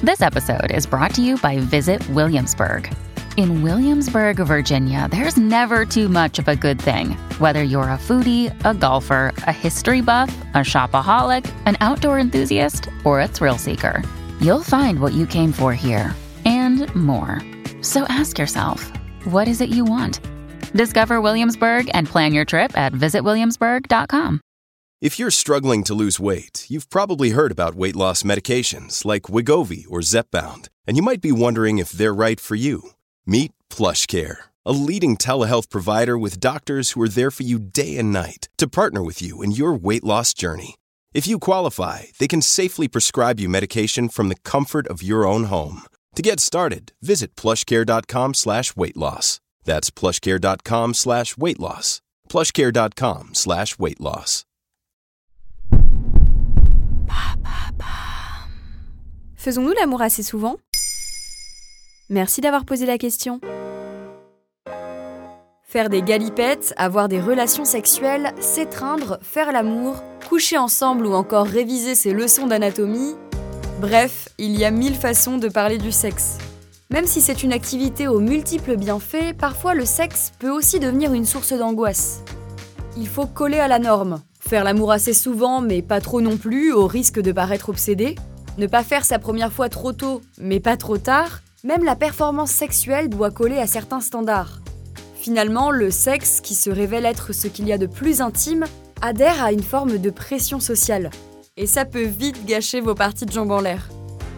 This episode is brought to you by Visit Williamsburg. In Williamsburg, Virginia, there's never too much of a good thing. Whether you're a foodie, a golfer, a history buff, a shopaholic, an outdoor enthusiast, or a thrill seeker, you'll find what you came for here and more. So ask yourself, what is it you want? Discover Williamsburg and plan your trip at visitwilliamsburg.com. If you're struggling to lose weight, you've probably heard about weight loss medications like Wegovy or Zepbound, and you might be wondering if they're right for you. Meet PlushCare, a leading telehealth provider with doctors who are there for you day and night to partner with you in your weight loss journey. If you qualify, they can safely prescribe you medication from the comfort of your own home. To get started, visit plushcare.com/weightloss. That's plushcare.com/weightloss. plushcare.com/weightloss. Faisons-nous l'amour assez souvent ? Merci d'avoir posé la question. Faire des galipettes, avoir des relations sexuelles, s'étreindre, faire l'amour, coucher ensemble ou encore réviser ses leçons d'anatomie. Bref, il y a 1000 façons de parler du sexe. Même si c'est une activité aux multiples bienfaits, parfois le sexe peut aussi devenir une source d'angoisse. Il faut coller à la norme. Faire l'amour assez souvent, mais pas trop non plus, au risque de paraître obsédé. Ne pas faire sa première fois trop tôt, mais pas trop tard. Même la performance sexuelle doit coller à certains standards. Finalement, le sexe, qui se révèle être ce qu'il y a de plus intime, adhère à une forme de pression sociale. Et ça peut vite gâcher vos parties de jambes en l'air.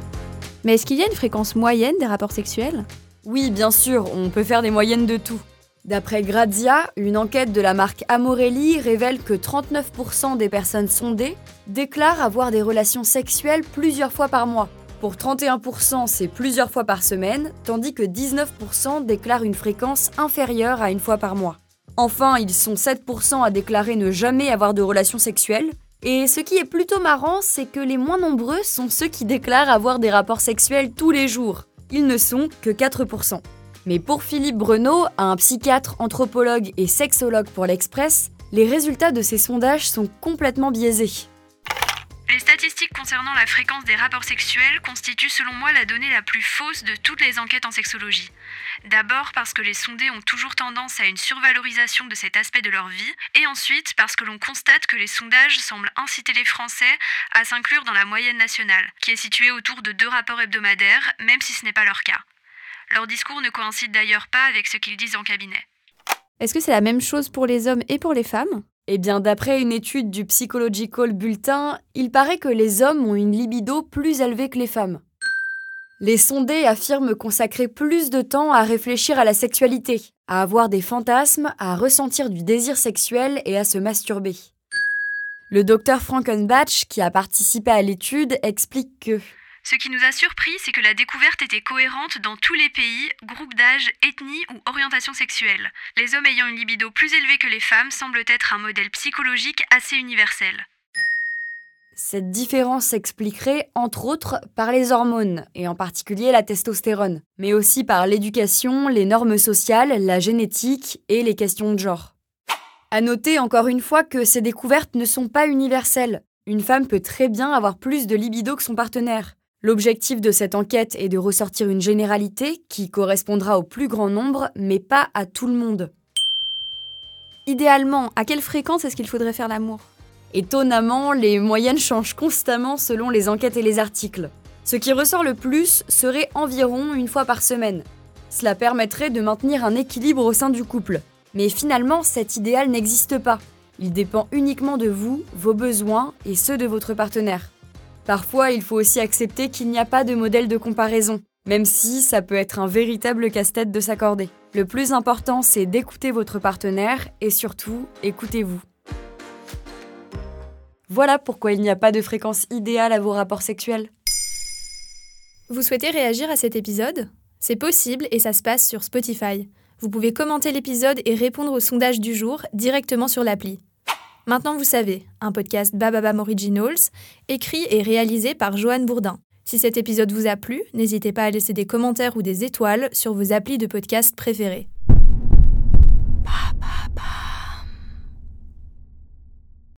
Mais est-ce qu'il y a une fréquence moyenne des rapports sexuels ? Oui, bien sûr, on peut faire des moyennes de tout. D'après Grazia, une enquête de la marque Amorelli révèle que 39% des personnes sondées déclarent avoir des relations sexuelles plusieurs fois par mois. Pour 31%, c'est plusieurs fois par semaine, tandis que 19% déclarent une fréquence inférieure à une fois par mois. Enfin, ils sont 7% à déclarer ne jamais avoir de relations sexuelles. Et ce qui est plutôt marrant, c'est que les moins nombreux sont ceux qui déclarent avoir des rapports sexuels tous les jours. Ils ne sont que 4%. Mais pour Philippe Breneau, un psychiatre, anthropologue et sexologue pour l'Express, les résultats de ces sondages sont complètement biaisés. Les statistiques concernant la fréquence des rapports sexuels constituent selon moi la donnée la plus fausse de toutes les enquêtes en sexologie. D'abord parce que les sondés ont toujours tendance à une survalorisation de cet aspect de leur vie, et ensuite parce que l'on constate que les sondages semblent inciter les Français à s'inclure dans la moyenne nationale, qui est située autour de 2 rapports hebdomadaires, même si ce n'est pas leur cas. Leur discours ne coïncide d'ailleurs pas avec ce qu'ils disent en cabinet. Est-ce que c'est la même chose pour les hommes et pour les femmes ? Eh bien, d'après une étude du Psychological Bulletin, il paraît que les hommes ont une libido plus élevée que les femmes. Les sondés affirment consacrer plus de temps à réfléchir à la sexualité, à avoir des fantasmes, à ressentir du désir sexuel et à se masturber. Le docteur Frankenbach, qui a participé à l'étude, explique que Ce qui nous a surpris, c'est que la découverte était cohérente dans tous les pays, groupes d'âge, ethnie ou orientation sexuelle. Les hommes ayant une libido plus élevée que les femmes semblent être un modèle psychologique assez universel. Cette différence s'expliquerait, entre autres, par les hormones, et en particulier la testostérone, mais aussi par l'éducation, les normes sociales, la génétique et les questions de genre. À noter encore une fois que ces découvertes ne sont pas universelles. Une femme peut très bien avoir plus de libido que son partenaire. L'objectif de cette enquête est de ressortir une généralité qui correspondra au plus grand nombre, mais pas à tout le monde. Idéalement, à quelle fréquence est-ce qu'il faudrait faire l'amour ? Étonnamment, les moyennes changent constamment selon les enquêtes et les articles. Ce qui ressort le plus serait environ 1 fois par semaine. Cela permettrait de maintenir un équilibre au sein du couple. Mais finalement, cet idéal n'existe pas. Il dépend uniquement de vous, vos besoins et ceux de votre partenaire. Parfois, il faut aussi accepter qu'il n'y a pas de modèle de comparaison, même si ça peut être un véritable casse-tête de s'accorder. Le plus important, c'est d'écouter votre partenaire et surtout, écoutez-vous. Voilà pourquoi il n'y a pas de fréquence idéale à vos rapports sexuels. Vous souhaitez réagir à cet épisode ? C'est possible et ça se passe sur Spotify. Vous pouvez commenter l'épisode et répondre au sondage du jour directement sur l'appli. Maintenant vous savez, un podcast Bababam Originals, écrit et réalisé par Joanne Bourdin. Si cet épisode vous a plu, n'hésitez pas à laisser des commentaires ou des étoiles sur vos applis de podcast préférés.